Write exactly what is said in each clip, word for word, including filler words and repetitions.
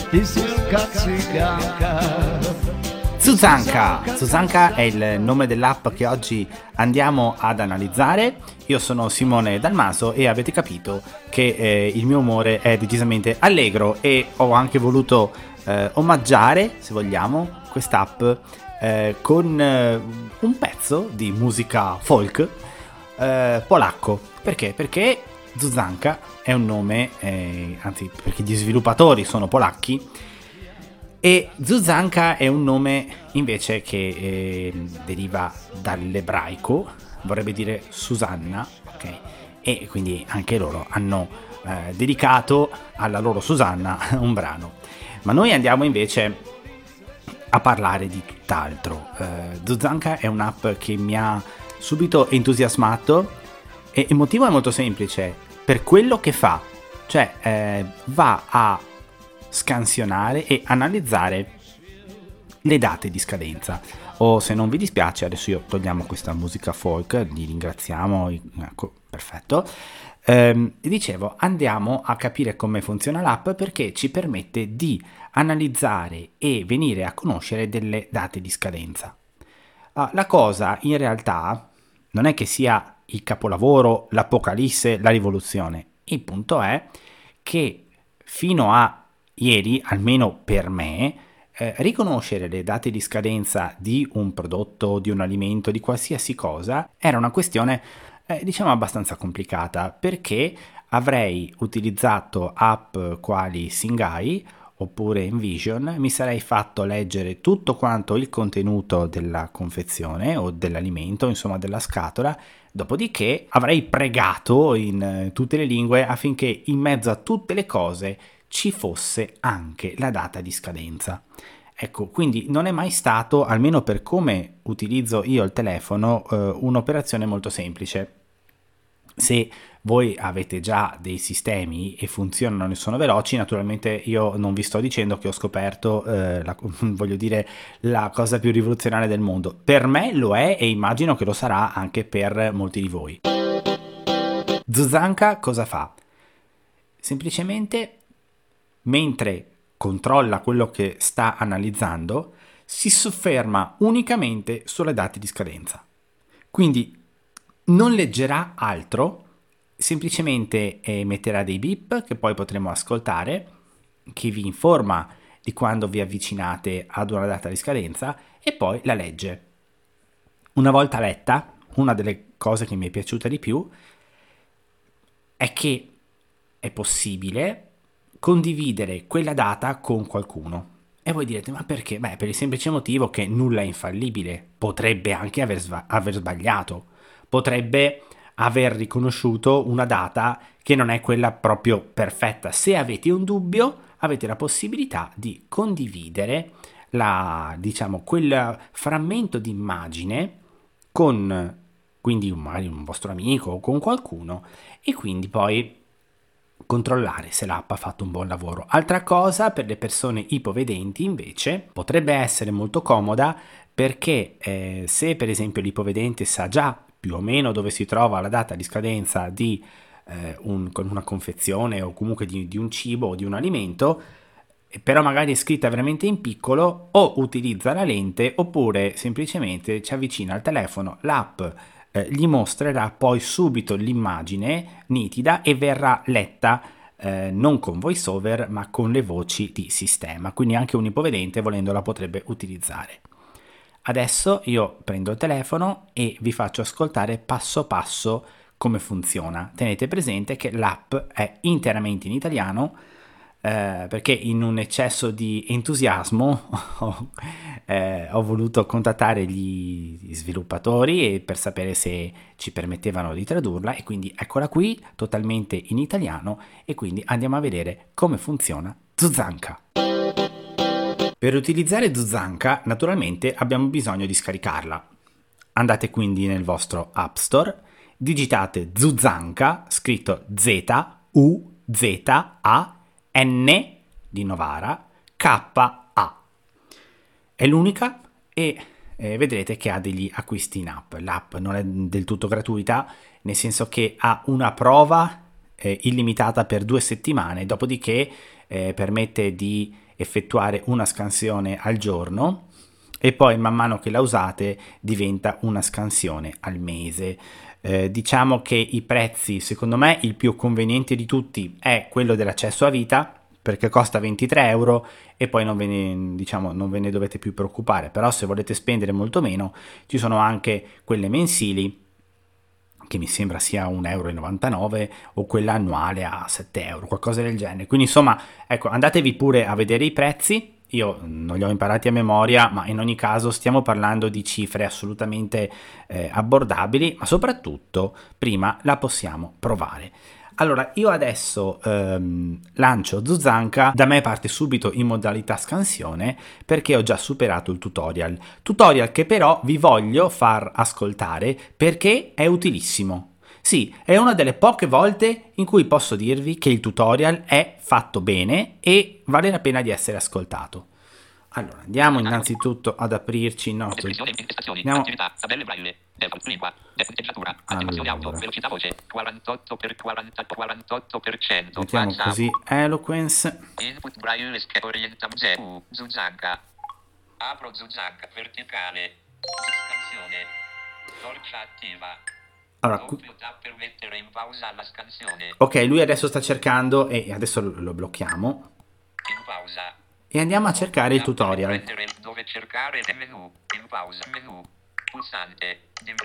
Zuzanka. Zuzanka è il nome dell'app che oggi andiamo ad analizzare. Io sono Simone Dalmaso e avete capito che eh, il mio umore è decisamente allegro e ho anche voluto eh, omaggiare, se vogliamo, quest'app eh, con eh, un pezzo di musica folk eh, polacco. Perché? Perché Zuzanka è un nome, eh, anzi perché gli sviluppatori sono polacchi, e Zuzanka è un nome invece che eh, deriva dall'ebraico, vorrebbe dire Susanna, ok? E quindi anche loro hanno eh, dedicato alla loro Susanna un brano. Ma noi andiamo invece a parlare di tutt'altro. Eh, Zuzanka è un'app che mi ha subito entusiasmato e il motivo è molto semplice, per quello che fa, cioè eh, va a scansionare e analizzare le date di scadenza. O se non vi dispiace, adesso io togliamo questa musica folk, li ringraziamo, ecco, perfetto. Ehm, dicevo, andiamo a capire come funziona l'app perché ci permette di analizzare e venire a conoscere delle date di scadenza. Ah, la cosa in realtà non è che sia il capolavoro, l'apocalisse, la rivoluzione. Il punto è che fino a ieri, almeno per me, eh, riconoscere le date di scadenza di un prodotto, di un alimento, di qualsiasi cosa, era una questione, eh, diciamo, abbastanza complicata, perché avrei utilizzato app quali Singai oppure Envision, mi sarei fatto leggere tutto quanto il contenuto della confezione o dell'alimento, insomma della scatola, dopodiché avrei pregato in tutte le lingue affinché in mezzo a tutte le cose ci fosse anche la data di scadenza. Ecco, quindi non è mai stato, almeno per come utilizzo io il telefono, eh, un'operazione molto semplice. Se voi avete già dei sistemi e funzionano e sono veloci, naturalmente io non vi sto dicendo che ho scoperto, eh, la, voglio dire, la cosa più rivoluzionaria del mondo. Per me lo è e immagino che lo sarà anche per molti di voi. Zuzanka cosa fa? Semplicemente, mentre controlla quello che sta analizzando, si sofferma unicamente sulle date di scadenza. Quindi non leggerà altro, semplicemente emetterà dei beep che poi potremo ascoltare, che vi informa di quando vi avvicinate ad una data di scadenza e poi la legge. Una volta letta, una delle cose che mi è piaciuta di più è che è possibile condividere quella data con qualcuno. E voi direte, ma perché? Beh, per il semplice motivo che nulla è infallibile. Potrebbe anche aver, sva- aver sbagliato. Potrebbe aver riconosciuto una data che non è quella proprio perfetta. Se avete un dubbio, avete la possibilità di condividere la, diciamo, quel frammento di immagine con quindi magari un vostro amico o con qualcuno e quindi poi controllare se l'app ha fatto un buon lavoro. Altra cosa, per le persone ipovedenti invece potrebbe essere molto comoda perché eh, se per esempio l'ipovedente sa già più o meno dove si trova la data di scadenza di eh, un, con una confezione o comunque di, di un cibo o di un alimento, però magari è scritta veramente in piccolo, o utilizza la lente oppure semplicemente ci avvicina al telefono, l'app eh, gli mostrerà poi subito l'immagine nitida e verrà letta eh, non con voiceover ma con le voci di sistema, quindi anche un ipovedente volendo la potrebbe utilizzare. Adesso io prendo il telefono e vi faccio ascoltare passo passo come funziona. Tenete presente che l'app è interamente in italiano eh, perché in un eccesso di entusiasmo ho, eh, ho voluto contattare gli sviluppatori e per sapere se ci permettevano di tradurla e quindi eccola qui totalmente in italiano e quindi andiamo a vedere come funziona Zuzanka. Per utilizzare Zuzanka naturalmente abbiamo bisogno di scaricarla. Andate quindi nel vostro App Store, digitate Zuzanka, scritto Z U Z A N di Novara K A. È l'unica e eh, vedrete che ha degli acquisti in app. L'app non è del tutto gratuita, nel senso che ha una prova eh, illimitata per due settimane, dopodiché eh, permette di effettuare una scansione al giorno e poi man mano che la usate diventa una scansione al mese. Eh, diciamo che i prezzi, secondo me il più conveniente di tutti è quello dell'accesso a vita, perché costa ventitré euro e poi non ve ne, diciamo, non ve ne dovete più preoccupare. Però se volete spendere molto meno ci sono anche quelle mensili, che mi sembra sia un euro e novantanove, o quella annuale a sette euro, qualcosa del genere. Quindi insomma, ecco, andatevi pure a vedere i prezzi. Io non li ho imparati a memoria, ma in ogni caso stiamo parlando di cifre assolutamente eh, abbordabili, ma soprattutto prima la possiamo provare. Allora, io adesso ehm, lancio Zuzanka, da me parte subito in modalità scansione perché ho già superato il tutorial. Tutorial che però vi voglio far ascoltare perché è utilissimo. Sì, è una delle poche volte in cui posso dirvi che il tutorial è fatto bene e vale la pena di essere ascoltato. Allora, andiamo innanzitutto ad aprirci il nostro... Andiamo... Allora. Mettiamo così Eloquence. Input braille orientam Zuzanka. Apro Zuzanka verticale. Scansione. Torcia attiva. Allora, qui... per mettere in pausa la scansione. Ok, lui adesso sta cercando e adesso lo, lo blocchiamo. In pausa. E andiamo a cercare il tutorial. Dove cercare il menu. In pausa menu. Pulsante.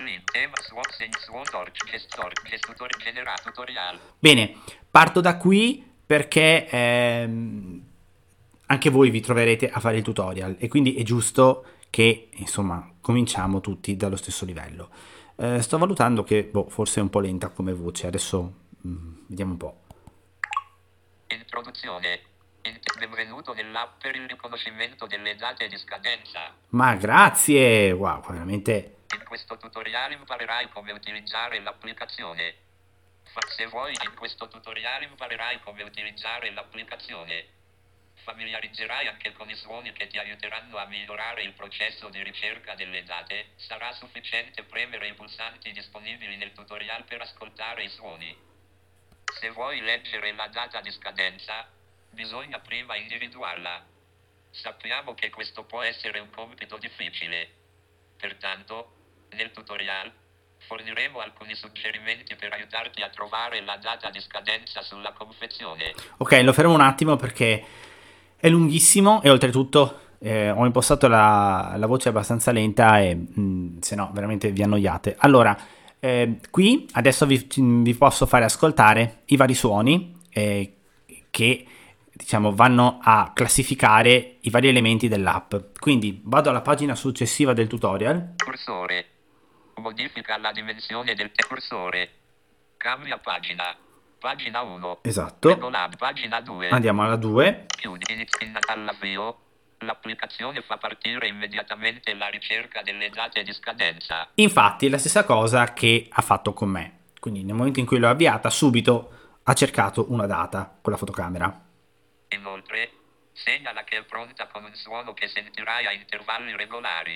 Bene, parto da qui perché ehm, anche voi vi troverete a fare il tutorial e quindi è giusto che insomma cominciamo tutti dallo stesso livello. Eh, sto valutando che boh, forse è un po' lenta come voce, adesso mh, vediamo un po'. Introduzione. Benvenuto nell'app per il riconoscimento delle date di scadenza. Ma grazie, wow, veramente. In questo tutorial imparerai come utilizzare l'applicazione. Se vuoi, in questo tutorial imparerai come utilizzare l'applicazione. Familiarizzerai anche con i suoni che ti aiuteranno a migliorare il processo di ricerca delle date. Sarà sufficiente premere i pulsanti disponibili nel tutorial per ascoltare i suoni. Se vuoi leggere la data di scadenza, bisogna prima individuarla. Sappiamo che questo può essere un compito difficile. Pertanto, nel tutorial, forniremo alcuni suggerimenti per aiutarti a trovare la data di scadenza sulla confezione. Ok, lo fermo un attimo perché è lunghissimo e oltretutto eh, ho impostato la, la voce abbastanza lenta e mh, se no veramente vi annoiate. Allora, eh, qui adesso vi, vi posso fare ascoltare i vari suoni eh, che diciamo vanno a classificare i vari elementi dell'app. Quindi vado alla pagina successiva del tutorial. Cursore. Modifica la dimensione del cursore. Cambia pagina. Pagina uno. Esatto. Regolab, pagina due. Andiamo alla due. Chiudi, inizia all'avvio. L'applicazione fa partire immediatamente la ricerca delle date di scadenza. Infatti è la stessa cosa che ha fatto con me. Quindi nel momento in cui l'ho avviata, subito ha cercato una data con la fotocamera. Inoltre, segnala che è pronta con un suono che sentirai a intervalli regolari.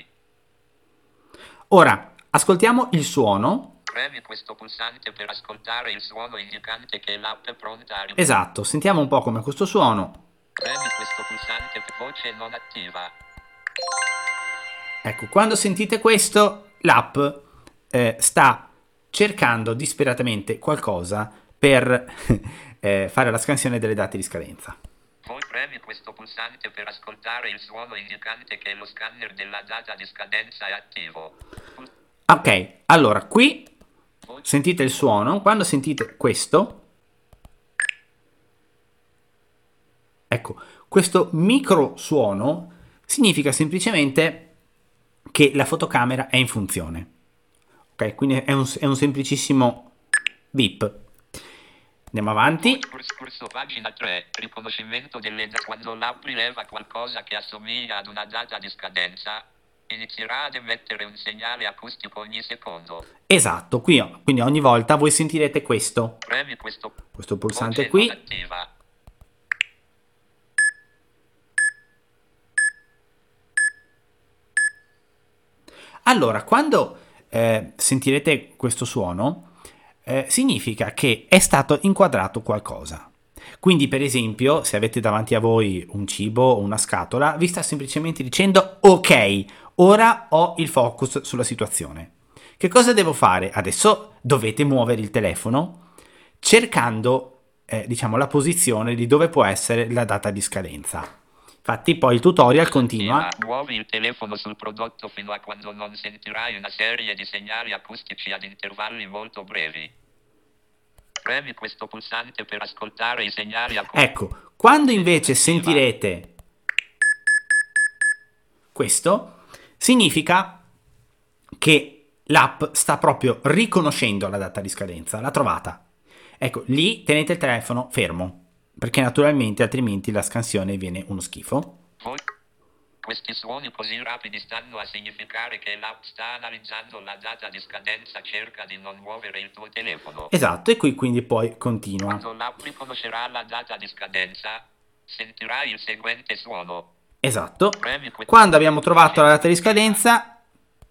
Ora, ascoltiamo il suono. Premi questo pulsante per ascoltare il suono indicante che l'app è pronta a riprendere. Esatto, sentiamo un po' come questo suono. Premi questo pulsante per voce non attiva. Ecco, quando sentite questo, l'app eh, sta cercando disperatamente qualcosa per eh, fare la scansione delle date di scadenza. Poi premi questo pulsante per ascoltare il suono indicante che lo scanner della data di scadenza è attivo. Ok, allora qui sentite il suono. Quando sentite questo, ecco, questo micro suono significa semplicemente che la fotocamera è in funzione. Ok, quindi è un, è un semplicissimo beep. Andiamo avanti. Corso pagina tre. Riconoscimento delle date. Quando l'app rileva qualcosa che assomiglia ad una data di scadenza, inizierà ad emettere un segnale acustico ogni secondo. Esatto, qui, quindi ogni volta voi sentirete questo. Premi questo, questo pulsante qui. Attiva. Allora, quando eh, sentirete questo suono, eh, significa che è stato inquadrato qualcosa. Quindi, per esempio, se avete davanti a voi un cibo o una scatola, vi sta semplicemente dicendo ok, ora ho il focus sulla situazione. Che cosa devo fare? Adesso dovete muovere il telefono cercando, eh, diciamo, la posizione di dove può essere la data di scadenza. Infatti poi il tutorial continua. Muovi il telefono sul prodotto fino a quando non sentirai una serie di segnali acustici ad intervalli molto brevi. Premi questo pulsante per ascoltare i segnali acustici. Ecco, quando invece sentirete questo, significa che l'app sta proprio riconoscendo la data di scadenza, l'ha trovata. Ecco, lì tenete il telefono fermo, perché naturalmente altrimenti la scansione viene uno schifo. Questi suoni così rapidi stanno a significare che l'app sta analizzando la data di scadenza, cerca di non muovere il tuo telefono. Esatto, e qui quindi poi continua. Quando l'app riconoscerà la data di scadenza, sentirai il seguente suono. Esatto. Quando abbiamo trovato la data di scadenza,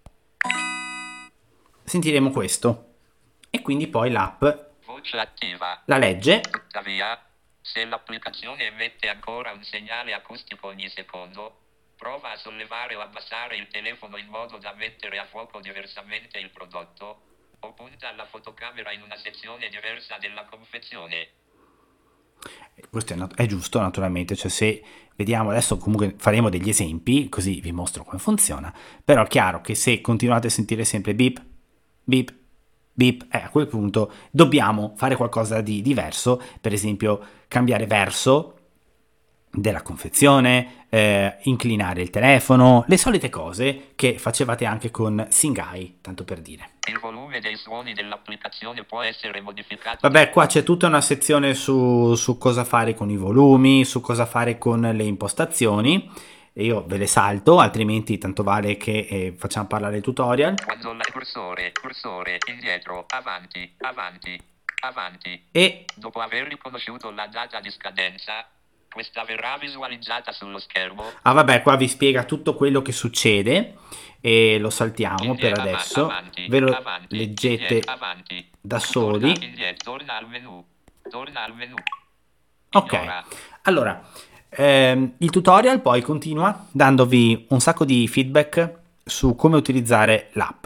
sentiremo questo. E quindi poi l'app Voce attiva. la legge. Tuttavia, se l'applicazione emette ancora un segnale acustico ogni secondo, prova a sollevare o abbassare il telefono in modo da mettere a fuoco diversamente il prodotto, o punta la fotocamera in una sezione diversa della confezione. Questo è, nat- è giusto naturalmente, cioè se vediamo adesso comunque faremo degli esempi, così vi mostro come funziona, però è chiaro che se continuate a sentire sempre beep, beep, beep, eh, a quel punto dobbiamo fare qualcosa di diverso, per esempio cambiare verso della confezione, eh, inclinare il telefono, le solite cose che facevate anche con Singai, tanto per dire. Il volume dei suoni dell'applicazione può essere modificato. Vabbè, qua c'è tutta una sezione su, su cosa fare con i volumi, su cosa fare con le impostazioni, e io ve le salto, altrimenti tanto vale che eh, facciamo parlare il tutorial. Quando il cursore, cursore, indietro, avanti, avanti, avanti, e dopo aver riconosciuto la data di scadenza, questa verrà visualizzata sullo schermo. Ah vabbè, qua vi spiega tutto quello che succede e lo saltiamo Indietro, per adesso, avanti, ve lo avanti, leggete indietro, avanti, da soli. Torna, indietro, torna al menu, torna al menu. Ok, Ignora. allora, ehm, il tutorial poi continua dandovi un sacco di feedback su come utilizzare l'app,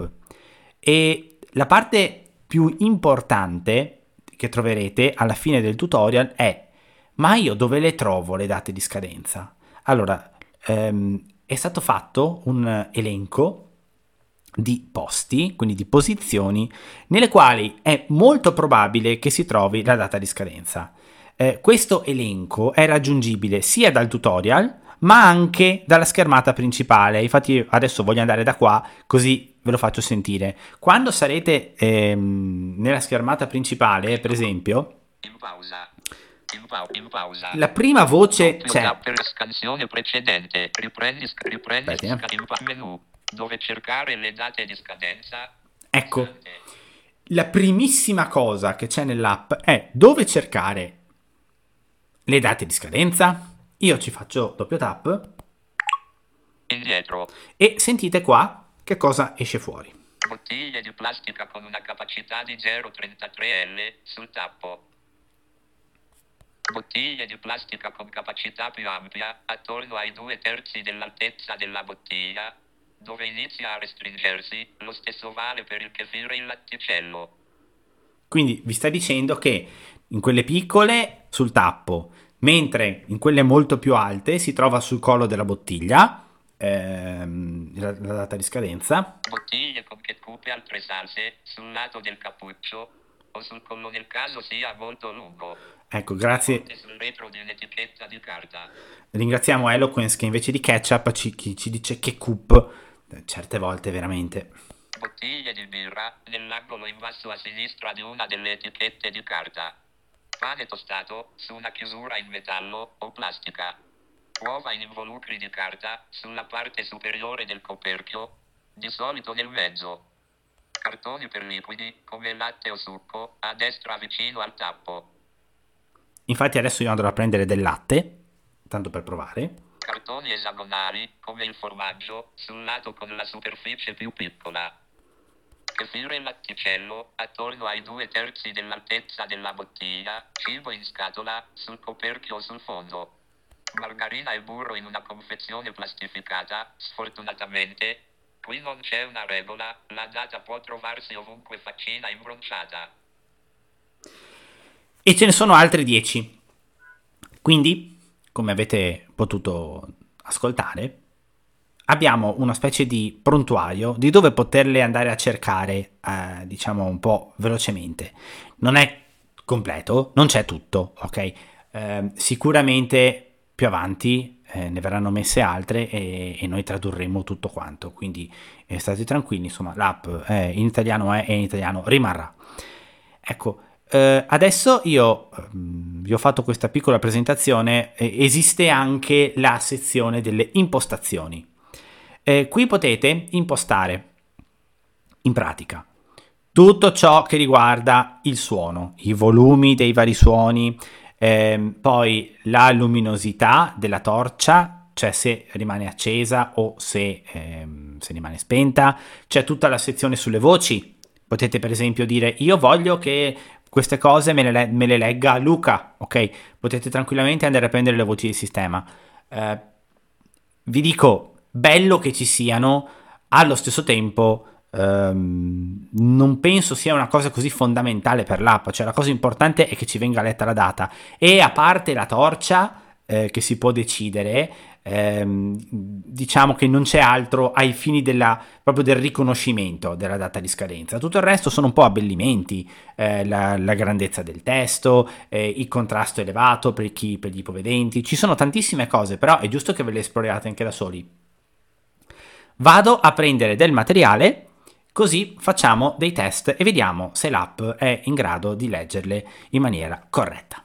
e la parte più importante che troverete alla fine del tutorial è: ma io dove le trovo le date di scadenza? Allora, ehm, è stato fatto un elenco di posti, quindi di posizioni, nelle quali è molto probabile che si trovi la data di scadenza. Eh, questo elenco è raggiungibile sia dal tutorial, ma anche dalla schermata principale. Infatti adesso voglio andare da qua, così ve lo faccio sentire. Quando sarete ehm, nella schermata principale, per esempio, In pausa. In, pau- in pausa. la prima voce Doppio c'è. tap per la scansione precedente. Riprendi, sc- riprendi Aspetti, eh. sca- in pa- menu. Dove cercare le date di scadenza. Ecco, Pulsante. la primissima cosa che c'è nell'app è dove cercare le date di scadenza. Io ci faccio doppio tap Indietro. e sentite qua che cosa esce fuori. Bottiglie di plastica con una capacità di zero virgola trentatré litri sul tappo. Bottiglie di plastica con capacità più ampia, attorno ai due terzi dell'altezza della bottiglia, dove inizia a restringersi. Lo stesso vale per il kefir e il latticello. Quindi vi sta dicendo che in quelle piccole sul tappo, mentre in quelle molto più alte si trova sul collo della bottiglia ehm, la, la data di scadenza. Bottiglie con ketchup e altre salse, sul lato del cappuccio, o sul collo nel caso sia molto lungo. Ecco, grazie. Sul retro di un'etichetta di carta. Ringraziamo Eloquence che invece di ketchup ci, ci dice ketchup, certe volte veramente. Bottiglie di birra, nell'angolo in basso a sinistra di una delle etichette di carta. Pane tostato, su una chiusura in metallo o plastica. Uova in involucri di carta, sulla parte superiore del coperchio, di solito nel mezzo. Cartoni per liquidi, come latte o succo, a destra vicino al tappo. Infatti adesso io andrò a prendere del latte, tanto per provare. Cartoni esagonali, come il formaggio, sul lato con la superficie più piccola. Kefir e latticello, attorno ai due terzi dell'altezza della bottiglia, cibo in scatola, sul coperchio o sul fondo. Margarina e burro in una confezione plastificata, sfortunatamente. Qui non c'è una regola, la data può trovarsi ovunque faccina imbronciata. E ce ne sono altri dieci. Quindi, come avete potuto ascoltare, abbiamo una specie di prontuario di dove poterle andare a cercare, eh, diciamo un po' velocemente. Non è completo, non c'è tutto, ok? Eh, sicuramente più avanti eh, ne verranno messe altre e, e noi tradurremo tutto quanto, quindi eh, state tranquilli, insomma l'app è in italiano è e in italiano rimarrà. Ecco, eh, adesso io ehm, vi ho fatto questa piccola presentazione, eh, esiste anche la sezione delle impostazioni. Eh, qui potete impostare, in pratica, tutto ciò che riguarda il suono, i volumi dei vari suoni, ehm, poi la luminosità della torcia, cioè se rimane accesa o se, ehm, se rimane spenta. C'è tutta la sezione sulle voci. Potete per esempio dire io voglio che queste cose me le, me le legga Luca, ok? Potete tranquillamente andare a prendere le voci del sistema. Eh, vi dico, bello che ci siano, allo stesso tempo ehm, non penso sia una cosa così fondamentale per l'app, cioè la cosa importante è che ci venga letta la data e a parte la torcia eh, che si può decidere, ehm, diciamo che non c'è altro ai fini della, proprio del riconoscimento della data di scadenza. Tutto il resto sono un po' abbellimenti, eh, la, la grandezza del testo, eh, il contrasto elevato per chi per gli ipovedenti, ci sono tantissime cose, però è giusto che ve le esploriate anche da soli. Vado a prendere del materiale, così facciamo dei test e vediamo se l'app è in grado di leggerle in maniera corretta.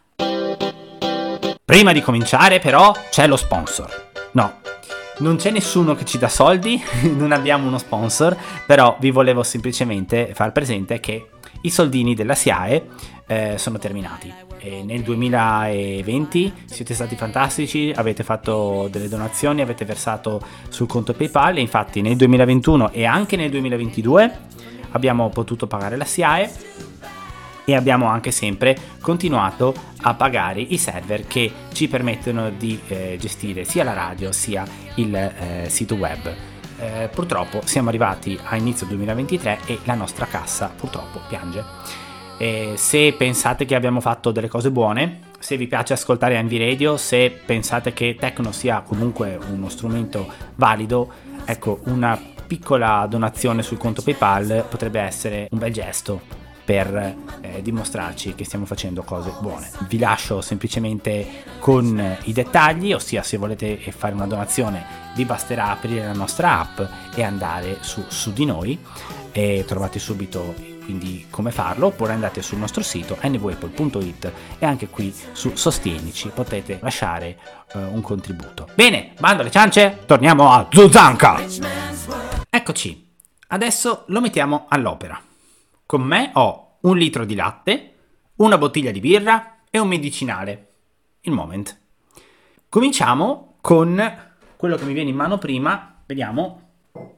Prima di cominciare però c'è lo sponsor. No, non c'è nessuno che ci dà soldi, non abbiamo uno sponsor, però vi volevo semplicemente far presente che i soldini della S I A E eh, sono terminati. E nel duemilaventi siete stati fantastici, avete fatto delle donazioni, avete versato sul conto PayPal e infatti nel duemilaventuno e anche nel duemilaventidue abbiamo potuto pagare la S I A E e abbiamo anche sempre continuato a pagare i server che ci permettono di eh, gestire sia la radio sia il eh, sito web. Eh, purtroppo siamo arrivati a inizio duemilaventitré e la nostra cassa purtroppo piange. Eh, se pensate che abbiamo fatto delle cose buone, se vi piace ascoltare Envy Radio, se pensate che Tecno sia comunque uno strumento valido, ecco, una piccola donazione sul conto PayPal potrebbe essere un bel gesto per eh, dimostrarci che stiamo facendo cose buone. Vi lascio semplicemente con i dettagli, ossia se volete fare una donazione vi basterà aprire la nostra app e andare su, su di noi e trovate subito quindi come farlo, oppure andate sul nostro sito n v apple punto i t e anche qui su Sostienici potete lasciare eh, un contributo. Bene, bando alle ciance, torniamo a Zuzanka! Eccoci, adesso lo mettiamo all'opera. Con me ho un litro di latte, una bottiglia di birra e un medicinale. Il Moment. Cominciamo con quello che mi viene in mano prima. Vediamo.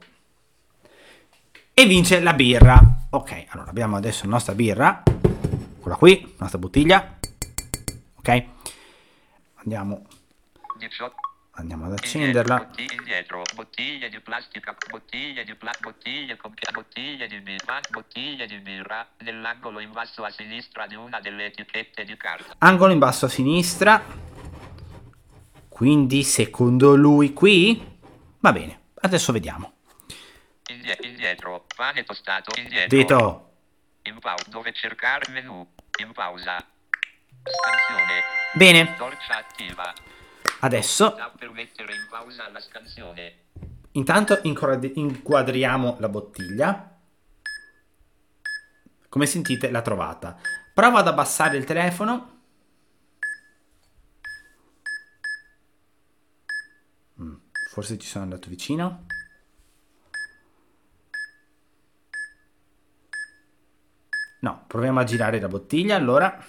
E vince la birra. Ok, allora abbiamo adesso la nostra birra. Quella qui, la nostra bottiglia. Ok. Andiamo. Andiamo ad accenderla. Bottiglie indietro, bottiglie di plastica, bottiglie di plastica, bottiglie con bottiglie di birra, bottiglie di birra, nell'angolo in basso a sinistra di una delle etichette di carta. Angolo in basso a sinistra. Quindi secondo lui qui? Va bene, adesso vediamo. Indietro, pane tostato, indietro. Dito. In pausa, dove cercare menu, in pausa. Scansione. Bene. Torcia attiva. Adesso per mettere in pausa la scansione. Intanto inquadriamo la bottiglia. Come sentite l'ha trovata. Provo ad abbassare il telefono. mm, Forse ci sono andato vicino. No, proviamo a girare la bottiglia allora.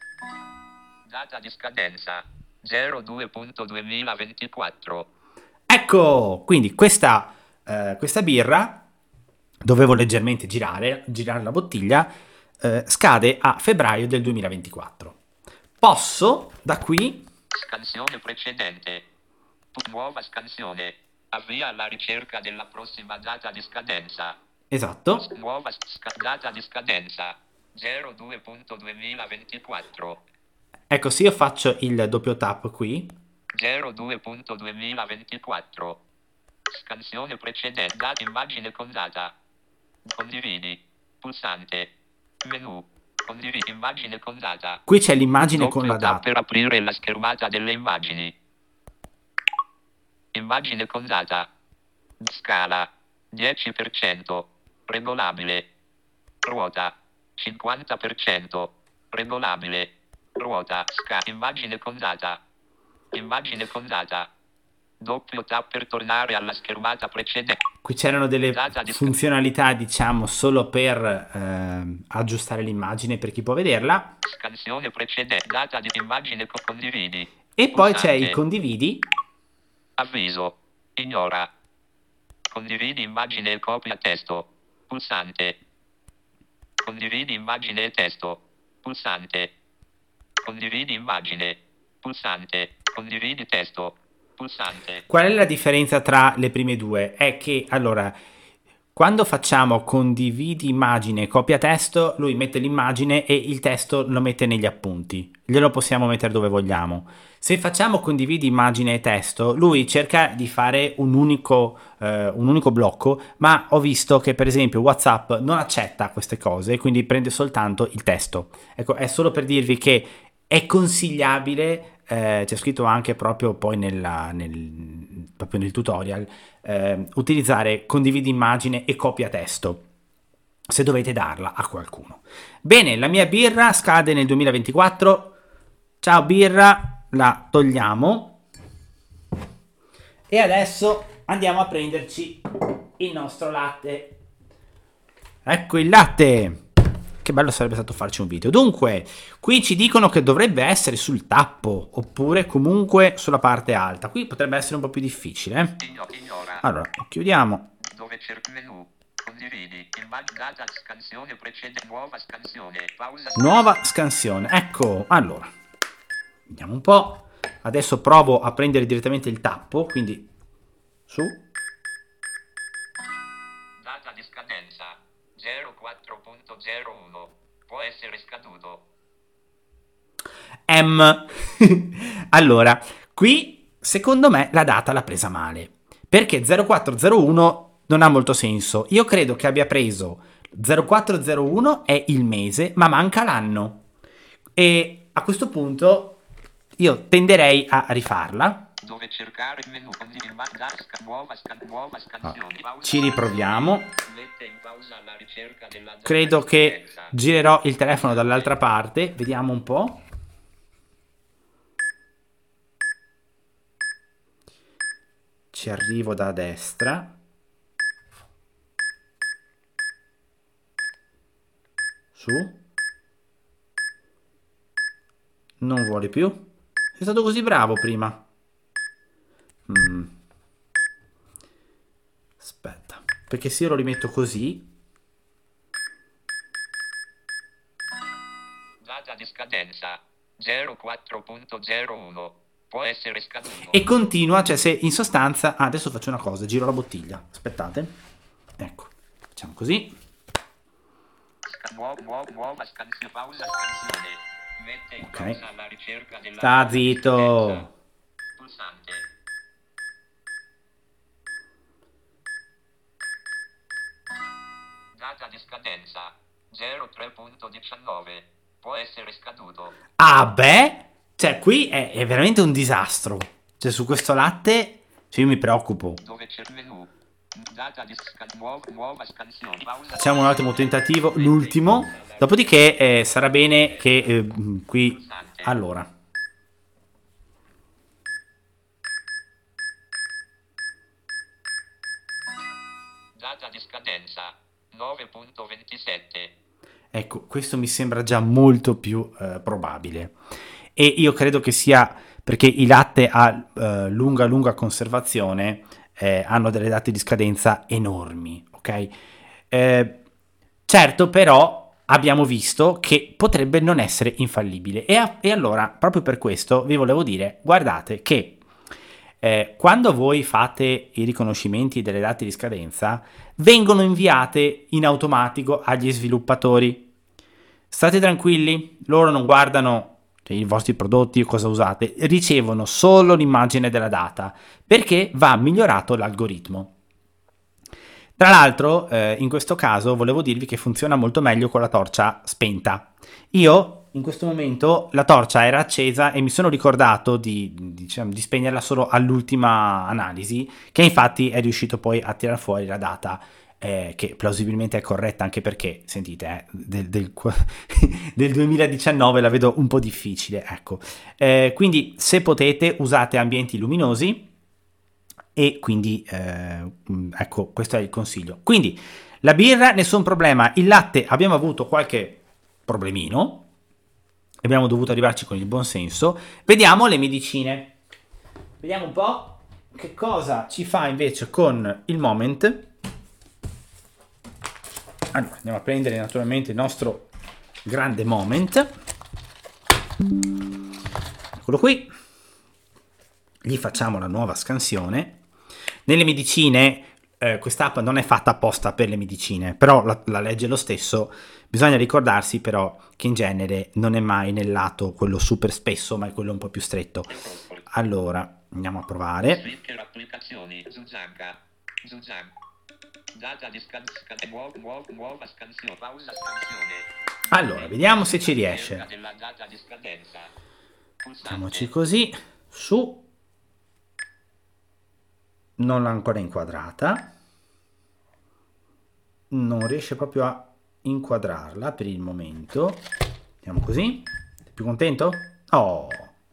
Data di scadenza zero due duemilaventiquattro. Ecco, quindi questa, eh, questa birra, dovevo leggermente girare, girare la bottiglia, eh, scade a febbraio del duemilaventiquattro. Posso, da qui... Scansione precedente. Nuova scansione. Avvia alla ricerca della prossima data di scadenza. Esatto. Nuova sca- data di scadenza. zero due duemilaventiquattro. Ecco, se io faccio il doppio tap qui... zero due duemilaventiquattro. Scansione precedente. Data immagine con data. Condividi. Pulsante. Menu. Condividi immagine con data. Qui c'è l'immagine Doppio con la tap data. per aprire la schermata delle immagini. Immagine con data. Scala. dieci per cento. Regolabile. Ruota. cinquanta per cento. Regolabile. Ruota. Sca. Immagine con data. Immagine con data. Doppio tap per tornare alla schermata precedente. Qui c'erano delle Data di funzionalità, diciamo, solo per eh, aggiustare l'immagine per chi può vederla. Scansione precedente. Data di immagine con condividi. E poi c'è Pulsante. il condividi. Avviso. Ignora. Condividi immagine e copia testo. Pulsante. Condividi immagine e testo. Pulsante. Condividi immagine. Pulsante. Condividi testo. Pulsante. Qual è la differenza tra le prime due? È che, allora, quando facciamo condividi immagine e copia testo, lui mette l'immagine e il testo lo mette negli appunti. Glielo possiamo mettere dove vogliamo. Se facciamo condividi immagine e testo, lui cerca di fare un unico, eh, un unico blocco, ma ho visto che per esempio WhatsApp non accetta queste cose, quindi prende soltanto il testo. Ecco, è solo per dirvi che è consigliabile, eh, c'è scritto anche proprio poi nella, nel, proprio nel tutorial, eh, utilizzare condividi immagine e copia testo se dovete darla a qualcuno. Bene, la mia birra scade nel duemilaventiquattro. Ciao birra, la togliamo e adesso andiamo a prenderci il nostro latte. Ecco il latte. Che bello sarebbe stato farci un video. Dunque, qui ci dicono che dovrebbe essere sul tappo, oppure comunque sulla parte alta. Qui potrebbe essere un po' più difficile. Eh? Ignora. Allora, chiudiamo. Dove cerchi menu. Condividi. Immagine data scansione precedente. Nuova scansione. Pausa. Nuova scansione. Ecco, allora. Vediamo un po'. Adesso provo a prendere direttamente il tappo, quindi su. Data di scadenza. zero quattro zero uno. Può essere scaduto. M. Allora, qui secondo me la data l'ha presa male, perché zero quattro zero uno non ha molto senso. Io credo che abbia preso zero quattro zero uno è il mese, ma manca l'anno. E a questo punto io tenderei a rifarla. Dove cercare il menu. Condividi. Sca- nuova, scan- nuova scansione. Ah, Pausa. ci riproviamo. Mette in pausa alla ricerca della data Credo di che scadenza. girerò il telefono dall'altra parte. Vediamo un po'. Ci arrivo da destra. Su. Non vuole più. È stato così bravo prima. Mm. Aspetta. Perché se io lo rimetto così... Data di scadenza. zero quattro zero uno. Può essere scaduto. E continua, cioè se in sostanza... Ah, adesso faccio una cosa, giro la bottiglia. Aspettate. Ecco. Facciamo così. Sca- nuova, nuova, nuova scansione. Pausa scansione. Mette in Ok. pausa alla ricerca della Sta data di zitto. scadenza. Pulsante. Data di scadenza. zero tre diciannove. Può essere scaduto. Ah beh, cioè qui è, è veramente un disastro. Cioè su questo latte, cioè io mi preoccupo. Dove c'è il menu. Data di sca- nuova, nuova scansione. Pausa. Facciamo un attimo tentativo, l'ultimo. Dopodiché eh, sarà bene che eh, qui... Pulsante. Allora. Data di scadenza. nove ventisette. Ecco, questo mi sembra già molto più eh, probabile. e io credo che sia perché i latte a eh, lunga lunga conservazione eh, hanno delle date di scadenza enormi, ok? Eh, certo, però abbiamo visto che potrebbe non essere infallibile e, a- e allora proprio per questo vi volevo dire, guardate che eh, quando voi fate i riconoscimenti delle date di scadenza vengono inviate in automatico agli sviluppatori. State tranquilli, loro non guardano i vostri prodotti o cosa usate, ricevono solo l'immagine della data perché va migliorato l'algoritmo. Tra l'altro, eh, in questo caso volevo dirvi che funziona molto meglio con la torcia spenta. Io in questo momento la torcia era accesa e mi sono ricordato di, diciamo, di spegnerla solo all'ultima analisi, che infatti è riuscito poi a tirar fuori la data eh, che plausibilmente è corretta, anche perché, sentite, eh, del, del, del duemiladiciannove la vedo un po' difficile, ecco. Eh, quindi se potete usate ambienti luminosi e quindi eh, ecco, questo è il consiglio. Quindi la birra nessun problema, il latte abbiamo avuto qualche problemino, abbiamo dovuto arrivarci con il buon senso. Vediamo le medicine, vediamo un po' che cosa ci fa invece con il Moment. Allora, andiamo a prendere naturalmente il nostro grande Moment, eccolo qui, gli facciamo la nuova scansione. Nelle medicine eh, quest'app non è fatta apposta per le medicine, però la, la legge lo stesso. Bisogna ricordarsi però che in genere non è mai nel lato quello super spesso, ma è quello un po' più stretto. Allora, andiamo a provare. Applicazioni, Zuzanga, Zuzanga. Data di scansione, nuova, nuova, nuova scansione, pausa scansione. Allora, vediamo se ci riesce. Della data di scadenza. Mettiamoci così, su. Non l'ha ancora inquadrata. Non riesce proprio a inquadrarla per il momento. Vediamo così. Sei più contento? Oh!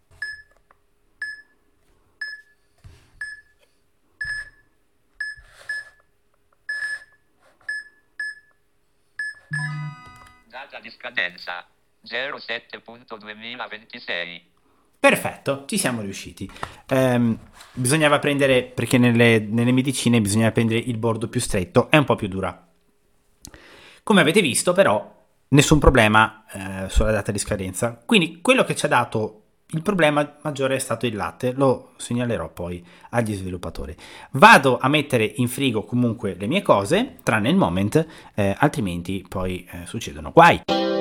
Data di scadenza zero sette duemilaventisei. Perfetto, ci siamo riusciti. Ehm, bisognava prendere, perché nelle, nelle medicine bisogna prendere il bordo più stretto, è un po' più dura. Come avete visto però, nessun problema eh, sulla data di scadenza. Quindi quello che ci ha dato il problema maggiore è stato il latte, lo segnalerò poi agli sviluppatori. Vado a mettere in frigo comunque le mie cose, tranne il Moment, eh, altrimenti poi eh, succedono guai.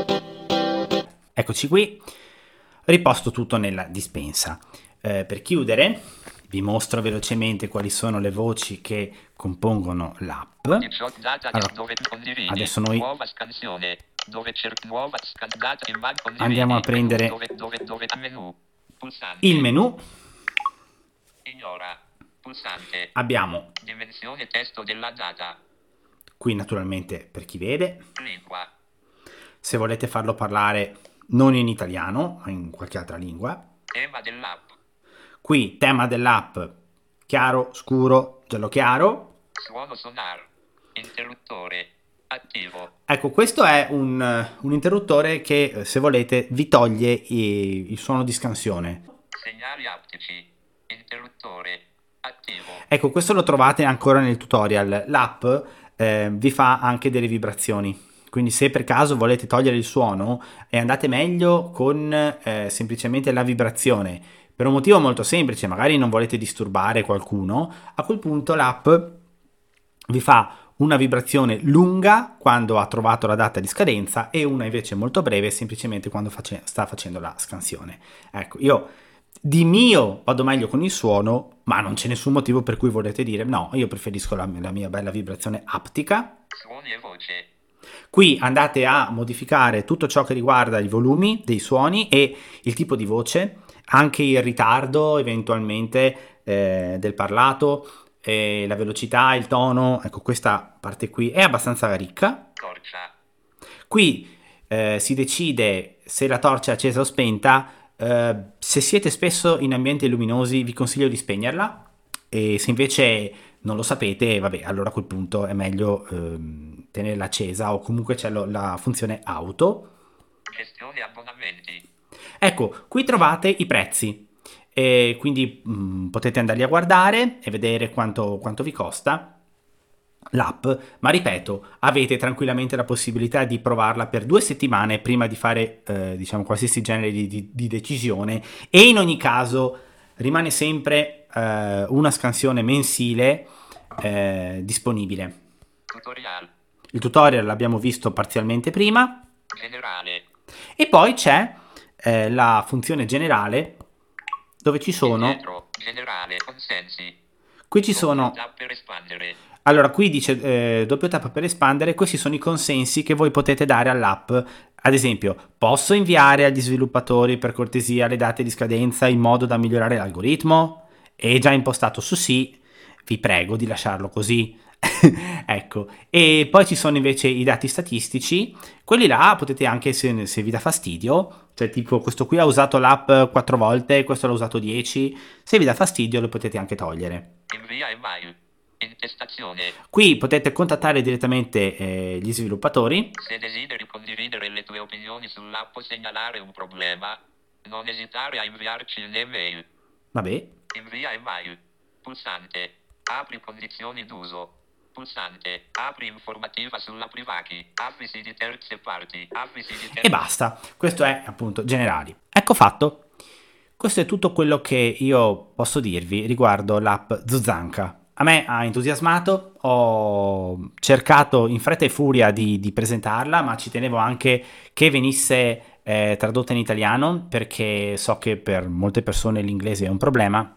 Eccoci qui. Riposto tutto nella dispensa. Eh, per chiudere, vi mostro velocemente quali sono le voci che compongono l'app. Allora, adesso noi nuova scansione, dove cerchi nuova scandata in andiamo a prendere dove, dove, dove, menu, il menu. Ignora, pulsante. Abbiamo dimensione testo della data. Qui naturalmente per chi vede. Lingua. Se volete farlo parlare non in italiano, ma in qualche altra lingua. Tema dell'app. Qui tema dell'app, chiaro, scuro, giallo chiaro. Suono sonar, interruttore, attivo. Ecco, questo è un, un interruttore che, se volete, vi toglie i, il suono di scansione. Segnali aptici, interruttore, attivo. Ecco, questo lo trovate ancora nel tutorial. L'app eh, vi fa anche delle vibrazioni. Quindi se per caso volete togliere il suono e andate meglio con eh, semplicemente la vibrazione, per un motivo molto semplice, magari non volete disturbare qualcuno, a quel punto l'app vi fa una vibrazione lunga quando ha trovato la data di scadenza e una invece molto breve semplicemente quando face- sta facendo la scansione. Ecco, io di mio vado meglio con il suono, ma non c'è nessun motivo per cui volete dire no, io preferisco la, la mia bella vibrazione aptica. Suoni e voce. Qui andate a modificare tutto ciò che riguarda i volumi dei suoni e il tipo di voce, anche il ritardo eventualmente eh, del parlato, eh, la velocità, il tono. Ecco, questa parte qui è abbastanza ricca. Torcia. Qui eh, si decide se la torcia è accesa o spenta. Eh, se siete spesso in ambienti luminosi vi consiglio di spegnerla, e se invece non lo sapete, vabbè, allora a quel punto è meglio ehm, tenerla accesa, o comunque c'è lo, la funzione auto. Gestione abbonamenti. Ecco, qui trovate i prezzi, e quindi mh, potete andarli a guardare e vedere quanto, quanto vi costa l'app, ma ripeto, avete tranquillamente la possibilità di provarla per due settimane prima di fare eh, diciamo qualsiasi genere di, di, di decisione, e in ogni caso rimane sempre eh, una scansione mensile eh, disponibile. Tutorial. Il tutorial l'abbiamo visto parzialmente prima. Generale. E poi c'è eh, la funzione generale, dove ci sono... Indietro. Generale. Consensi. Qui ci sono... Tap per espandere. Allora, qui dice eh, doppio tap per espandere. Questi sono i consensi che voi potete dare all'app. Ad esempio, posso inviare agli sviluppatori per cortesia le date di scadenza in modo da migliorare l'algoritmo? È già impostato su sì, vi prego di lasciarlo così. Ecco, e poi ci sono invece i dati statistici. Quelli là potete anche, se, se vi dà fastidio, cioè tipo questo qui ha usato l'app quattro volte, questo l'ha usato dieci, se vi dà fastidio lo potete anche togliere. Invia email. Intestazione. Qui potete contattare direttamente eh, gli sviluppatori. Se desideri condividere le tue opinioni sull'app o segnalare un problema, non esitare a inviarci l'email. Vabbè. Invia email. Pulsante. Apri condizioni d'uso. Pulsante. Apri informativa sulla Privati. Avvisi di terze parti. Avvisi di terze... E basta. Questo è appunto generali. Ecco fatto. Questo è tutto quello che io posso dirvi riguardo l'app Zuzanka. A me ha entusiasmato, ho cercato in fretta e furia di, di presentarla, ma ci tenevo anche che venisse eh, tradotta in italiano, perché so che per molte persone l'inglese è un problema.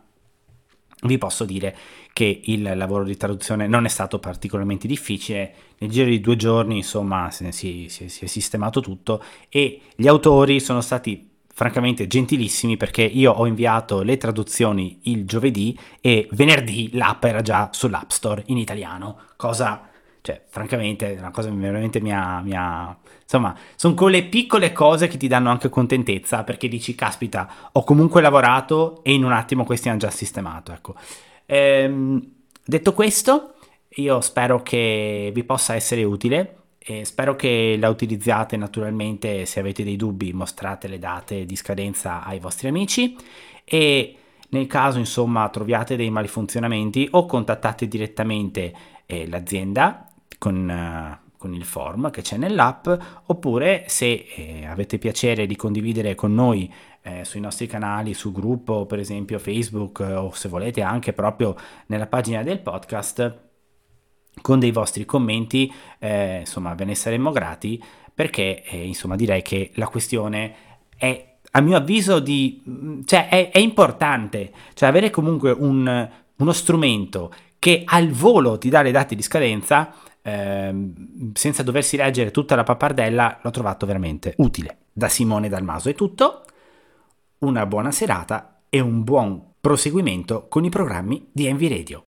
Vi posso dire che il lavoro di traduzione non è stato particolarmente difficile, nel giro di due giorni insomma si, si, si, si è sistemato tutto, e gli autori sono stati francamente gentilissimi, perché io ho inviato le traduzioni il giovedì e venerdì l'app era già sull'App Store in italiano, cosa, cioè francamente una cosa che veramente mi ha, mi ha insomma, sono quelle piccole cose che ti danno anche contentezza, perché dici caspita, ho comunque lavorato e in un attimo questi hanno già sistemato, ecco. Ehm, detto questo, io spero che vi possa essere utile. E spero che la utilizziate. Naturalmente, se avete dei dubbi, mostrate le date di scadenza ai vostri amici, e nel caso insomma troviate dei malfunzionamenti, o contattate direttamente eh, l'azienda con, uh, con il form che c'è nell'app, oppure se eh, avete piacere di condividere con noi eh, sui nostri canali, su gruppo per esempio Facebook, eh, o se volete anche proprio nella pagina del podcast, con dei vostri commenti, eh, insomma ve ne saremmo grati, perché eh, insomma direi che la questione è, a mio avviso, di, cioè è, è importante, cioè avere comunque un, uno strumento che al volo ti dà le date di scadenza ehm, senza doversi leggere tutta la pappardella, l'ho trovato veramente utile. Da Simone Dalmaso è tutto, una buona serata e un buon proseguimento con i programmi di Envy Radio.